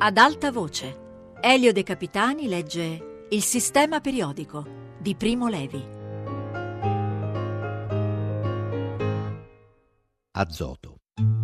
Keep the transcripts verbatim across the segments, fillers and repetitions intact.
Ad alta voce, Elio De Capitani legge Il sistema periodico di Primo Levi. Azoto.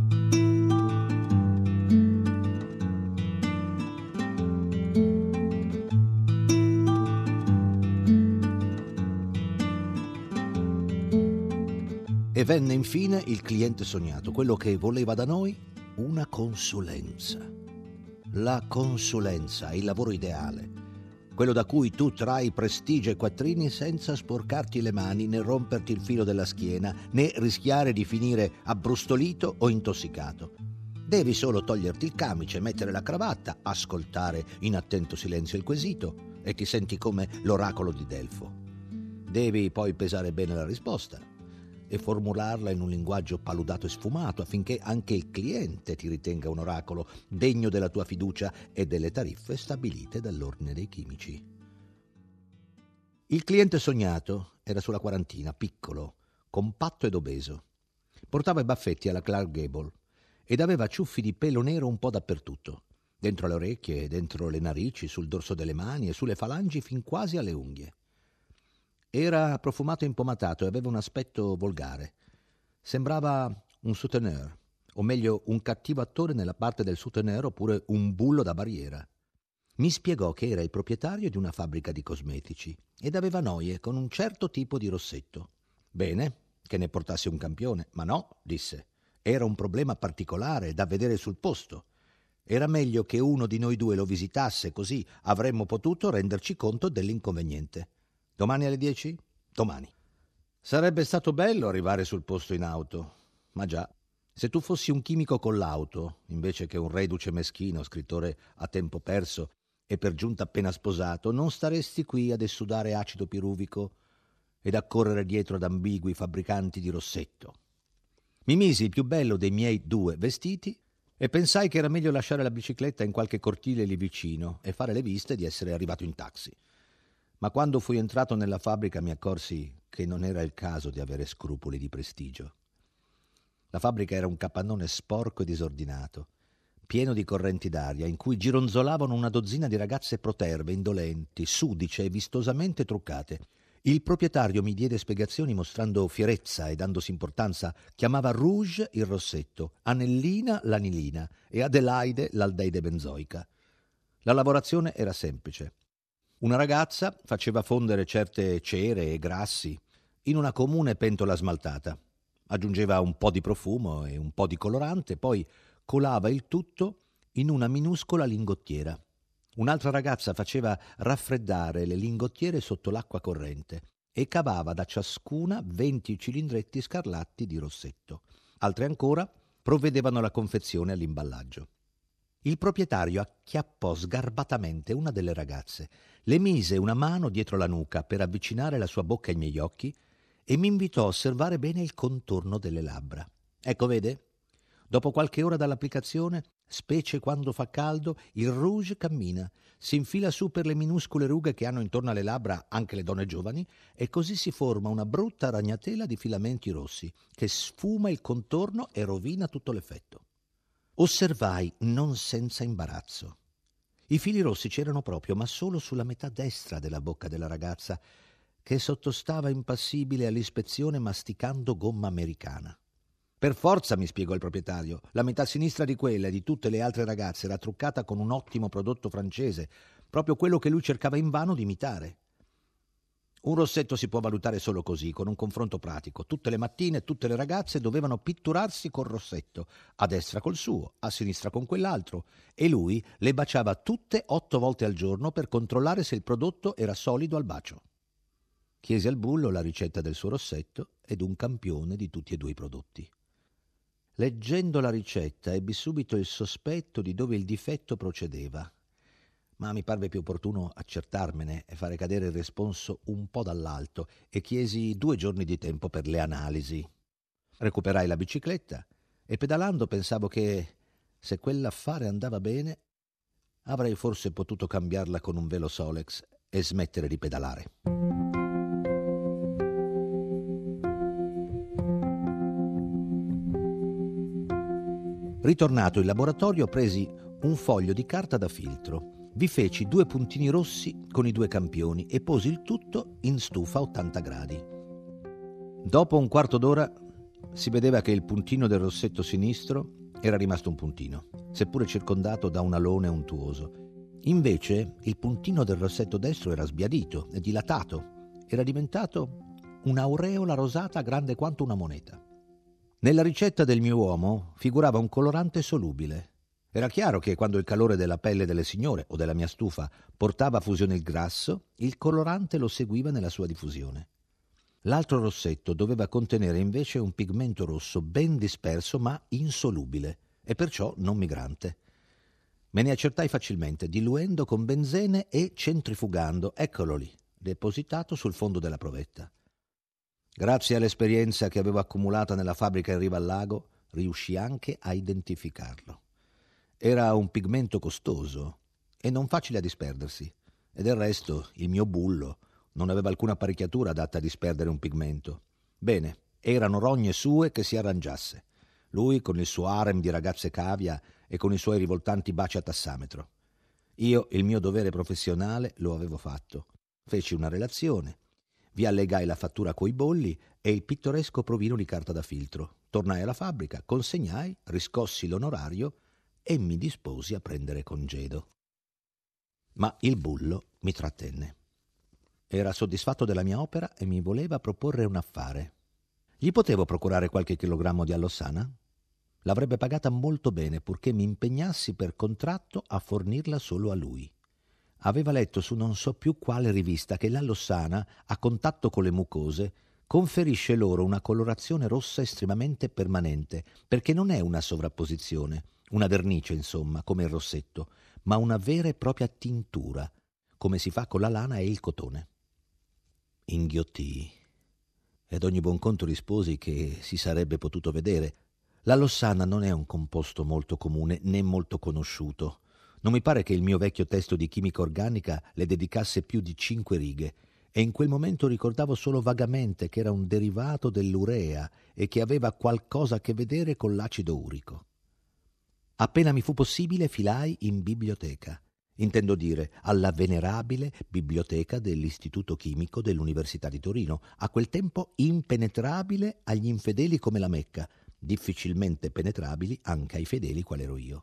E venne infine il cliente sognato, quello che voleva da noi una consulenza. La consulenza, il lavoro ideale, quello da cui tu trai prestigio e quattrini senza sporcarti le mani né romperti il filo della schiena né rischiare di finire abbrustolito o intossicato. Devi solo toglierti il camice, mettere la cravatta, ascoltare in attento silenzio il quesito e ti senti come l'oracolo di Delfo. Devi poi pesare bene la risposta e formularla in un linguaggio paludato e sfumato affinché anche il cliente ti ritenga un oracolo degno della tua fiducia e delle tariffe stabilite dall'ordine dei chimici. Il cliente sognato era sulla quarantina, piccolo, compatto ed obeso. Portava i baffetti alla Clark Gable ed aveva ciuffi di pelo nero un po' dappertutto, dentro le orecchie, dentro le narici, sul dorso delle mani e sulle falangi fin quasi alle unghie. Era profumato e impomatato e aveva un aspetto volgare. Sembrava un souteneur, o meglio un cattivo attore nella parte del souteneur oppure un bullo da barriera. Mi spiegò che era il proprietario di una fabbrica di cosmetici ed aveva noie con un certo tipo di rossetto. Bene, che ne portasse un campione, ma no, disse. Era un problema particolare da vedere sul posto. Era meglio che uno di noi due lo visitasse, così avremmo potuto renderci conto dell'inconveniente. Domani alle dieci? Domani. Sarebbe stato bello arrivare sul posto in auto. Ma già, se tu fossi un chimico con l'auto, invece che un reduce meschino, scrittore a tempo perso e per giunta appena sposato, non staresti qui ad esudare acido piruvico ed a correre dietro ad ambigui fabbricanti di rossetto. Mi misi il più bello dei miei due vestiti e pensai che era meglio lasciare la bicicletta in qualche cortile lì vicino e fare le viste di essere arrivato in taxi. Ma quando fui entrato nella fabbrica mi accorsi che non era il caso di avere scrupoli di prestigio. La fabbrica era un capannone sporco e disordinato, pieno di correnti d'aria, in cui gironzolavano una dozzina di ragazze proterve, indolenti, sudice e vistosamente truccate. Il proprietario mi diede spiegazioni mostrando fierezza e dandosi importanza. Chiamava Rouge il rossetto, Anellina l'anilina e Adelaide l'aldeide benzoica. La lavorazione era semplice. Una ragazza faceva fondere certe cere e grassi in una comune pentola smaltata. Aggiungeva un po' di profumo e un po' di colorante, poi colava il tutto in una minuscola lingottiera. Un'altra ragazza faceva raffreddare le lingottiere sotto l'acqua corrente e cavava da ciascuna venti cilindretti scarlatti di rossetto. Altre ancora provvedevano alla confezione e all'imballaggio. Il proprietario acchiappò sgarbatamente una delle ragazze, le mise una mano dietro la nuca per avvicinare la sua bocca ai miei occhi e mi invitò a osservare bene il contorno delle labbra. Ecco, vede? Dopo qualche ora dall'applicazione, specie quando fa caldo, il rouge cammina, si infila su per le minuscole rughe che hanno intorno alle labbra anche le donne giovani e così si forma una brutta ragnatela di filamenti rossi che sfuma il contorno e rovina tutto l'effetto. Osservai non senza imbarazzo. I fili rossi c'erano proprio, ma solo sulla metà destra della bocca della ragazza, che sottostava impassibile all'ispezione masticando gomma americana. Per forza, mi spiegò il proprietario, la metà sinistra di quella e di tutte le altre ragazze era truccata con un ottimo prodotto francese, proprio quello che lui cercava invano di imitare. Un rossetto si può valutare solo così, con un confronto pratico. Tutte le mattine tutte le ragazze dovevano pitturarsi col rossetto, a destra col suo, a sinistra con quell'altro, e lui le baciava tutte otto volte al giorno per controllare se il prodotto era solido al bacio. Chiesi al bullo la ricetta del suo rossetto ed un campione di tutti e due i prodotti. Leggendo la ricetta ebbi subito il sospetto di dove il difetto procedeva, ma mi parve più opportuno accertarmene e fare cadere il responso un po' dall'alto e chiesi due giorni di tempo per le analisi. Recuperai la bicicletta e pedalando pensavo che, se quell'affare andava bene, avrei forse potuto cambiarla con un velo Solex e smettere di pedalare. Ritornato in laboratorio presi un foglio di carta da filtro, vi feci due puntini rossi con i due campioni e posi il tutto in stufa a ottanta gradi. Dopo un quarto d'ora si vedeva che il puntino del rossetto sinistro era rimasto un puntino, seppure circondato da un alone untuoso. Invece il puntino del rossetto destro era sbiadito e dilatato, era diventato un'aureola rosata grande quanto una moneta. Nella ricetta del mio uomo figurava un colorante solubile. Era chiaro che quando il calore della pelle delle signore o della mia stufa portava a fusione il grasso, il colorante lo seguiva nella sua diffusione. L'altro rossetto doveva contenere invece un pigmento rosso ben disperso ma insolubile e perciò non migrante. Me ne accertai facilmente, diluendo con benzene e centrifugando, eccolo lì, depositato sul fondo della provetta. Grazie all'esperienza che avevo accumulata nella fabbrica in riva al lago, riuscii anche a identificarlo. Era un pigmento costoso e non facile a disperdersi, e del resto il mio bullo non aveva alcuna apparecchiatura adatta a disperdere un pigmento. Bene, erano rogne sue che si arrangiasse. Lui con il suo harem di ragazze cavia e con i suoi rivoltanti baci a tassametro. Io il mio dovere professionale lo avevo fatto. Feci una relazione, vi allegai la fattura coi bolli e il pittoresco provino di carta da filtro. Tornai alla fabbrica, consegnai, riscossi l'onorario e mi disposi a prendere congedo. Ma il bullo mi trattenne. Era soddisfatto della mia opera e mi voleva proporre un affare. Gli potevo procurare qualche chilogrammo di allossana? L'avrebbe pagata molto bene, purché mi impegnassi per contratto a fornirla solo a lui. Aveva letto su non so più quale rivista che l'allossana, a contatto con le mucose, conferisce loro una colorazione rossa estremamente permanente, perché non è una sovrapposizione, una vernice, insomma, come il rossetto, ma una vera e propria tintura, come si fa con la lana e il cotone. Inghiottii, ed ogni buon conto risposi che si sarebbe potuto vedere. La lossana non è un composto molto comune né molto conosciuto. Non mi pare che il mio vecchio testo di chimica organica le dedicasse più di cinque righe, e in quel momento ricordavo solo vagamente che era un derivato dell'urea e che aveva qualcosa a che vedere con l'acido urico. Appena mi fu possibile filai in biblioteca. Intendo dire alla venerabile biblioteca dell'Istituto Chimico dell'Università di Torino, a quel tempo impenetrabile agli infedeli come la Mecca, difficilmente penetrabili anche ai fedeli qual ero io.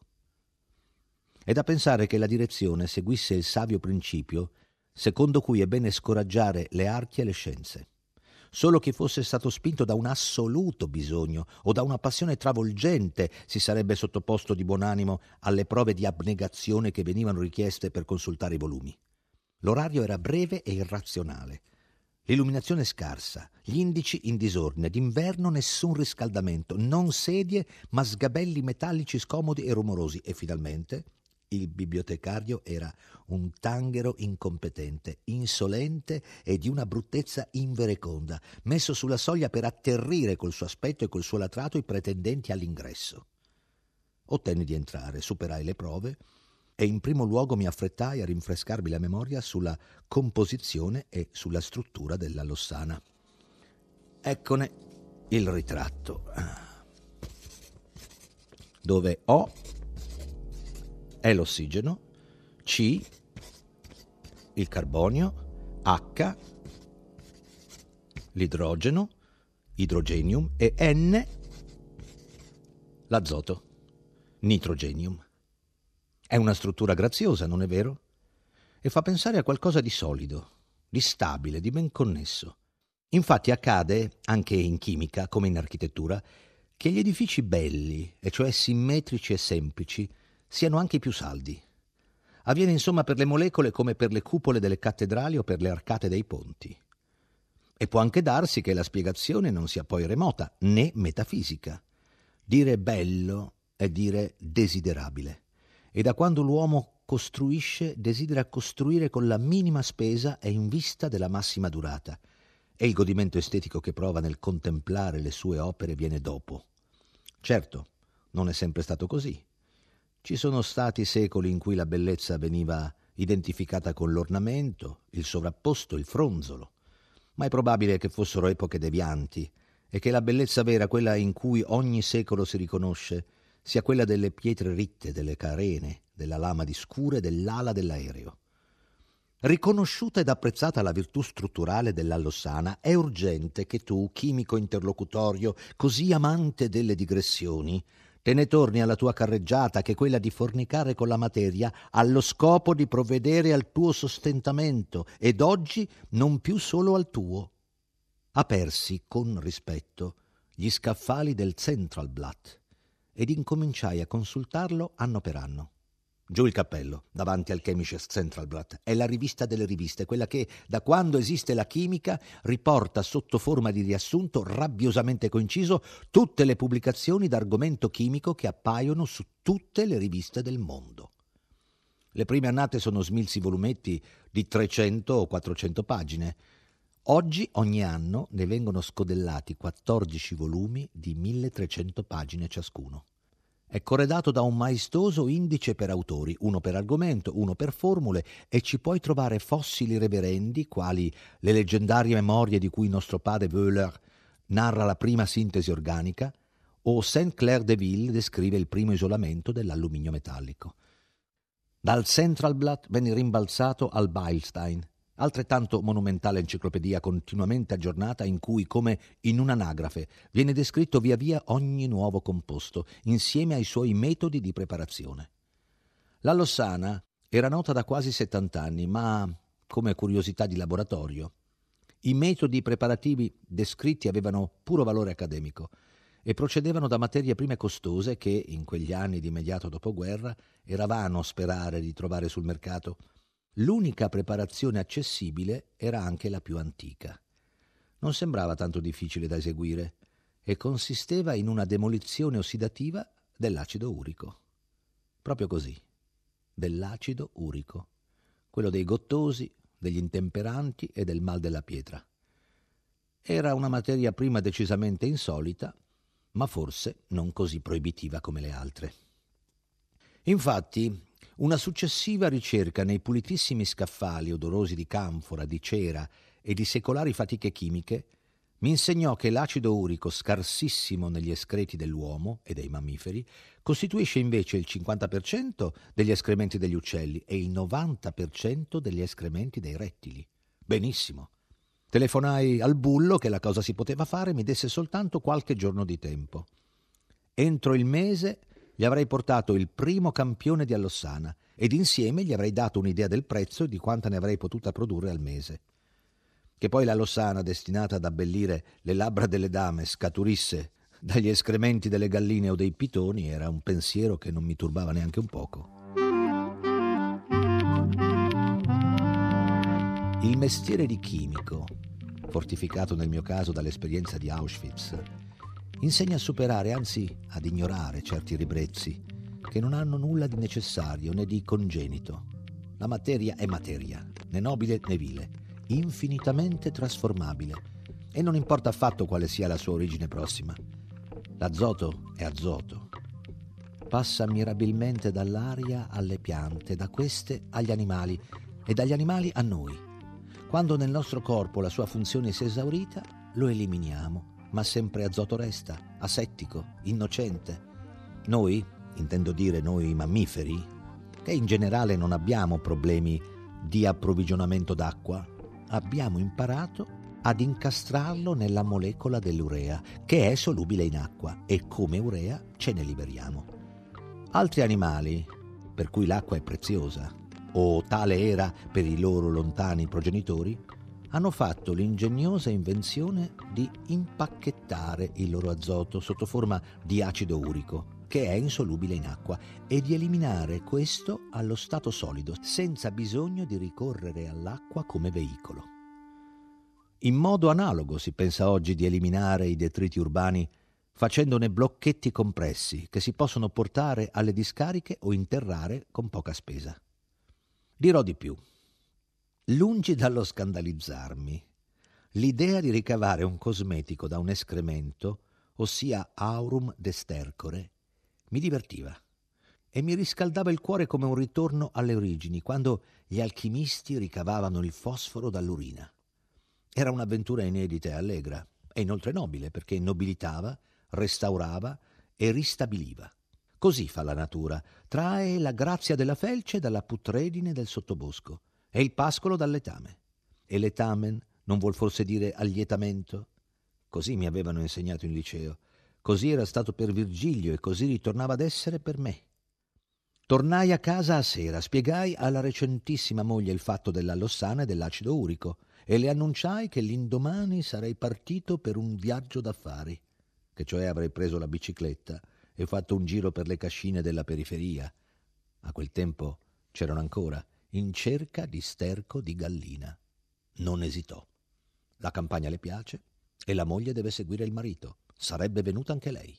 È da pensare che la direzione seguisse il savio principio secondo cui è bene scoraggiare le arti e le scienze. Solo chi fosse stato spinto da un assoluto bisogno o da una passione travolgente si sarebbe sottoposto di buon animo alle prove di abnegazione che venivano richieste per consultare i volumi. L'orario era breve e irrazionale, l'illuminazione scarsa, gli indici in disordine, d'inverno nessun riscaldamento, non sedie ma sgabelli metallici scomodi e rumorosi e finalmente il bibliotecario era un tanghero incompetente, insolente e di una bruttezza invereconda, messo sulla soglia per atterrire col suo aspetto e col suo latrato i pretendenti all'ingresso. Ottenni di entrare, superai le prove e in primo luogo mi affrettai a rinfrescarmi la memoria sulla composizione e sulla struttura della lossana. Eccone il ritratto, dove O è l'ossigeno, C il carbonio, H l'idrogeno, idrogenium e N l'azoto, nitrogenium. È una struttura graziosa, non è vero? E fa pensare a qualcosa di solido, di stabile, di ben connesso. Infatti accade, anche in chimica come in architettura, che gli edifici belli, e cioè simmetrici e semplici, siano anche i più saldi. Avviene insomma per le molecole come per le cupole delle cattedrali o per le arcate dei ponti. E può anche darsi che la spiegazione non sia poi remota, né metafisica. Dire bello è dire desiderabile. E da quando l'uomo costruisce, desidera costruire con la minima spesa e in vista della massima durata. E il godimento estetico che prova nel contemplare le sue opere viene dopo. Certo, non è sempre stato così. Ci sono stati secoli in cui la bellezza veniva identificata con l'ornamento, il sovrapposto, il fronzolo, ma è probabile che fossero epoche devianti e che la bellezza vera, quella in cui ogni secolo si riconosce, sia quella delle pietre ritte, delle carene, della lama di scure, dell'ala dell'aereo. Riconosciuta ed apprezzata la virtù strutturale dell'allossana, è urgente che tu, chimico interlocutorio, così amante delle digressioni, te ne torni alla tua carreggiata, che è quella di fornicare con la materia allo scopo di provvedere al tuo sostentamento, ed oggi non più solo al tuo. Apersi con rispetto gli scaffali del Centralblatt ed incominciai a consultarlo anno per anno. Giù il cappello davanti al Chemisches Centralblatt. È la rivista delle riviste, quella che, da quando esiste la chimica, riporta sotto forma di riassunto rabbiosamente coinciso tutte le pubblicazioni d'argomento chimico che appaiono su tutte le riviste del mondo. Le prime annate sono smilzi volumetti di trecento o quattrocento pagine. Oggi, ogni anno, ne vengono scodellati quattordici volumi di milletrecento pagine ciascuno. È corredato da un maestoso indice per autori, uno per argomento, uno per formule, e ci puoi trovare fossili reverendi, quali le leggendarie memorie di cui nostro padre Wöhler narra la prima sintesi organica, o Saint-Clair de Ville descrive il primo isolamento dell'alluminio metallico. Dal Centralblatt venne rimbalzato al Beilstein, altrettanto monumentale enciclopedia continuamente aggiornata in cui, come in un'anagrafe, viene descritto via via ogni nuovo composto, insieme ai suoi metodi di preparazione. L'allossana era nota da quasi settant'anni, ma, come curiosità di laboratorio, i metodi preparativi descritti avevano puro valore accademico e procedevano da materie prime costose che, in quegli anni di immediato dopoguerra, era vano sperare di trovare sul mercato. L'unica preparazione accessibile era anche la più antica. Non sembrava tanto difficile da eseguire e consisteva in una demolizione ossidativa dell'acido urico. Proprio così, dell'acido urico, quello dei gottosi, degli intemperanti e del mal della pietra. Era una materia prima decisamente insolita, ma forse non così proibitiva come le altre. Infatti, una successiva ricerca nei pulitissimi scaffali odorosi di canfora, di cera e di secolari fatiche chimiche mi insegnò che l'acido urico, scarsissimo negli escreti dell'uomo e dei mammiferi, costituisce invece il cinquanta per cento degli escrementi degli uccelli e il novanta per cento degli escrementi dei rettili. Benissimo. Telefonai al bullo che la cosa si poteva fare e mi desse soltanto qualche giorno di tempo. Entro il mese gli avrei portato il primo campione di allossana ed insieme gli avrei dato un'idea del prezzo e di quanta ne avrei potuta produrre al mese. Che poi la lossana, destinata ad abbellire le labbra delle dame, scaturisse dagli escrementi delle galline o dei pitoni era un pensiero che non mi turbava neanche un poco. Il mestiere di chimico, fortificato nel mio caso dall'esperienza di Auschwitz, insegna a superare, anzi ad ignorare certi ribrezzi che non hanno nulla di necessario né di congenito. La materia è materia, né nobile né vile, infinitamente trasformabile, e non importa affatto quale sia la sua origine prossima. L'azoto è azoto. Passa mirabilmente dall'aria alle piante, da queste agli animali e dagli animali a noi. Quando nel nostro corpo la sua funzione si è esaurita, lo eliminiamo. Ma sempre azoto resta, asettico, innocente. Noi, intendo dire noi mammiferi, che in generale non abbiamo problemi di approvvigionamento d'acqua, abbiamo imparato ad incastrarlo nella molecola dell'urea, che è solubile in acqua, e come urea ce ne liberiamo. Altri animali, per cui l'acqua è preziosa, o tale era per i loro lontani progenitori, hanno fatto l'ingegnosa invenzione di impacchettare il loro azoto sotto forma di acido urico, che è insolubile in acqua, e di eliminare questo allo stato solido, senza bisogno di ricorrere all'acqua come veicolo. In modo analogo si pensa oggi di eliminare i detriti urbani facendone blocchetti compressi che si possono portare alle discariche o interrare con poca spesa. Dirò di più. Lungi dallo scandalizzarmi, l'idea di ricavare un cosmetico da un escremento, ossia aurum destercore, mi divertiva e mi riscaldava il cuore come un ritorno alle origini, quando gli alchimisti ricavavano il fosforo dall'urina. Era un'avventura inedita e allegra, e inoltre nobile, perché nobilitava, restaurava e ristabiliva. Così fa la natura, trae la grazia della felce dalla putredine del sottobosco e il pascolo dal letame. E letamen non vuol forse dire allietamento? Così mi avevano insegnato in liceo, così era stato per Virgilio e così ritornava ad essere per me. Tornai a casa a sera, spiegai alla recentissima moglie il fatto della lossana e dell'acido urico e le annunciai che l'indomani sarei partito per un viaggio d'affari, che cioè avrei preso la bicicletta e fatto un giro per le cascine della periferia. A quel tempo c'erano ancora, in cerca di sterco di gallina. Non esitò. La campagna le piace e la moglie deve seguire il marito. Sarebbe venuta anche lei.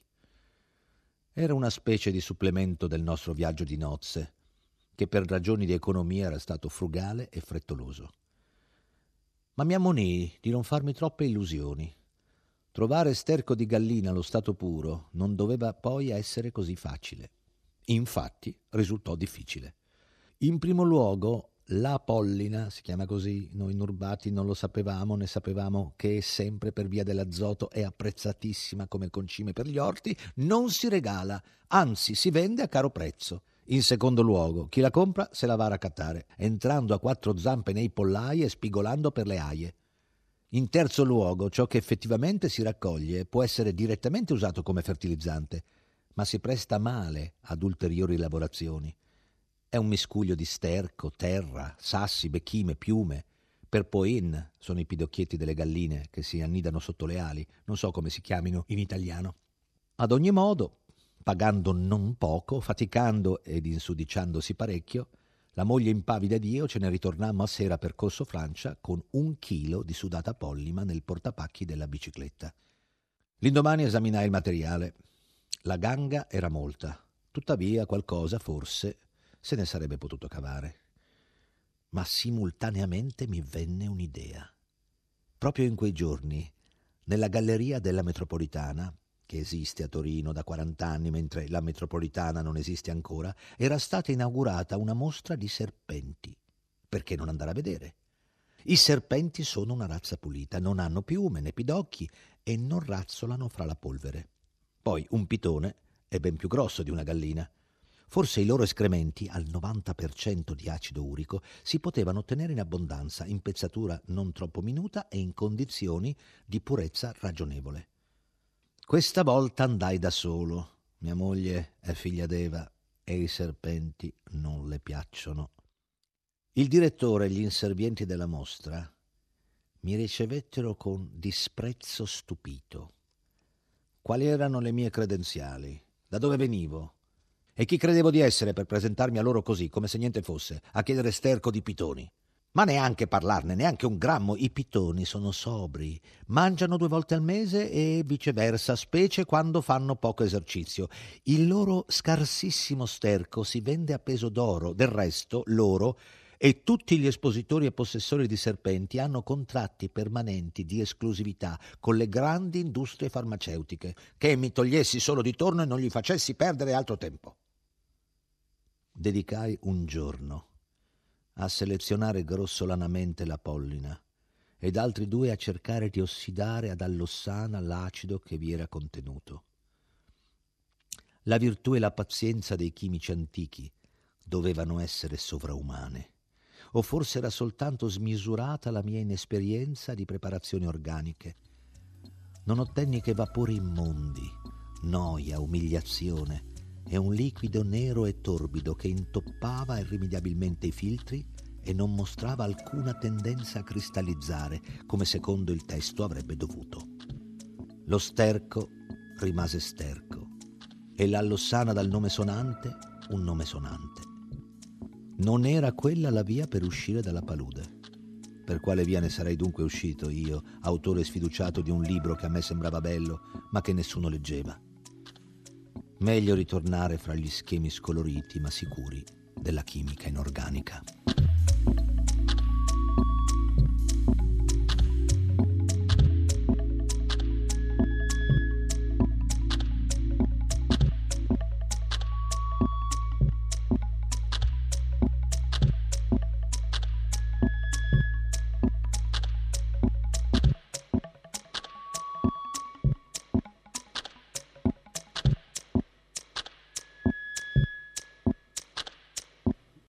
Era una specie di supplemento del nostro viaggio di nozze, che per ragioni di economia era stato frugale e frettoloso. Ma mi ammonii di non farmi troppe illusioni. Trovare sterco di gallina allo stato puro non doveva poi essere così facile. Infatti risultò difficile. In primo luogo, la pollina, si chiama così, noi nurbati non lo sapevamo, ne sapevamo che sempre per via dell'azoto è apprezzatissima come concime per gli orti, non si regala, anzi si vende a caro prezzo. In secondo luogo, chi la compra se la va a raccattare, entrando a quattro zampe nei pollai e spigolando per le aie. In terzo luogo, ciò che effettivamente si raccoglie può essere direttamente usato come fertilizzante, ma si presta male ad ulteriori lavorazioni. È un miscuglio di sterco, terra, sassi, becchime, piume. Per poin sono i pidocchietti delle galline che si annidano sotto le ali, non so come si chiamino in italiano. Ad ogni modo, pagando non poco, faticando ed insudiciandosi parecchio, la moglie impavida di io ce ne ritornammo a sera per Corso Francia con un chilo di sudata pollima nel portapacchi della bicicletta. L'indomani esaminai il materiale. La ganga era molta, tuttavia qualcosa, forse, se ne sarebbe potuto cavare. Ma simultaneamente mi venne un'idea. Proprio in quei giorni, nella galleria della Metropolitana, che esiste a Torino da quarant'anni mentre la Metropolitana non esiste ancora, era stata inaugurata una mostra di serpenti. Perché non andare a vedere? I serpenti sono una razza pulita, non hanno piume né pidocchi e non razzolano fra la polvere. Poi un pitone è ben più grosso di una gallina. Forse i loro escrementi, al novanta per cento di acido urico, si potevano ottenere in abbondanza, in pezzatura non troppo minuta e in condizioni di purezza ragionevole. Questa volta andai da solo. Mia moglie è figlia d'Eva e i serpenti non le piacciono. Il direttore e gli inservienti della mostra mi ricevettero con disprezzo stupito. Quali erano le mie credenziali? Da dove venivo? E chi credevo di essere per presentarmi a loro così, come se niente fosse, a chiedere sterco di pitoni? Ma neanche parlarne, neanche un grammo. I pitoni sono sobri, mangiano due volte al mese e viceversa, specie quando fanno poco esercizio. Il loro scarsissimo sterco si vende a peso d'oro. Del resto, loro e tutti gli espositori e possessori di serpenti hanno contratti permanenti di esclusività con le grandi industrie farmaceutiche. Che mi togliessi solo di torno e non gli facessi perdere altro tempo. Dedicai un giorno a selezionare grossolanamente la pollina ed altri due a cercare di ossidare ad allossana l'acido che vi era contenuto. La virtù e la pazienza dei chimici antichi dovevano essere sovraumane, o forse era soltanto smisurata la mia inesperienza di preparazioni organiche. Non ottenni che vapori immondi, noia, umiliazione e un liquido nero e torbido che intoppava irrimediabilmente i filtri e non mostrava alcuna tendenza a cristallizzare, come secondo il testo avrebbe dovuto. Lo sterco rimase sterco e l'allossana dal nome sonante un nome sonante. Non era quella la via per uscire dalla palude. Per quale via ne sarei dunque uscito io, autore sfiduciato di un libro che a me sembrava bello, ma che nessuno leggeva? Meglio ritornare fra gli schemi scoloriti ma sicuri della chimica inorganica.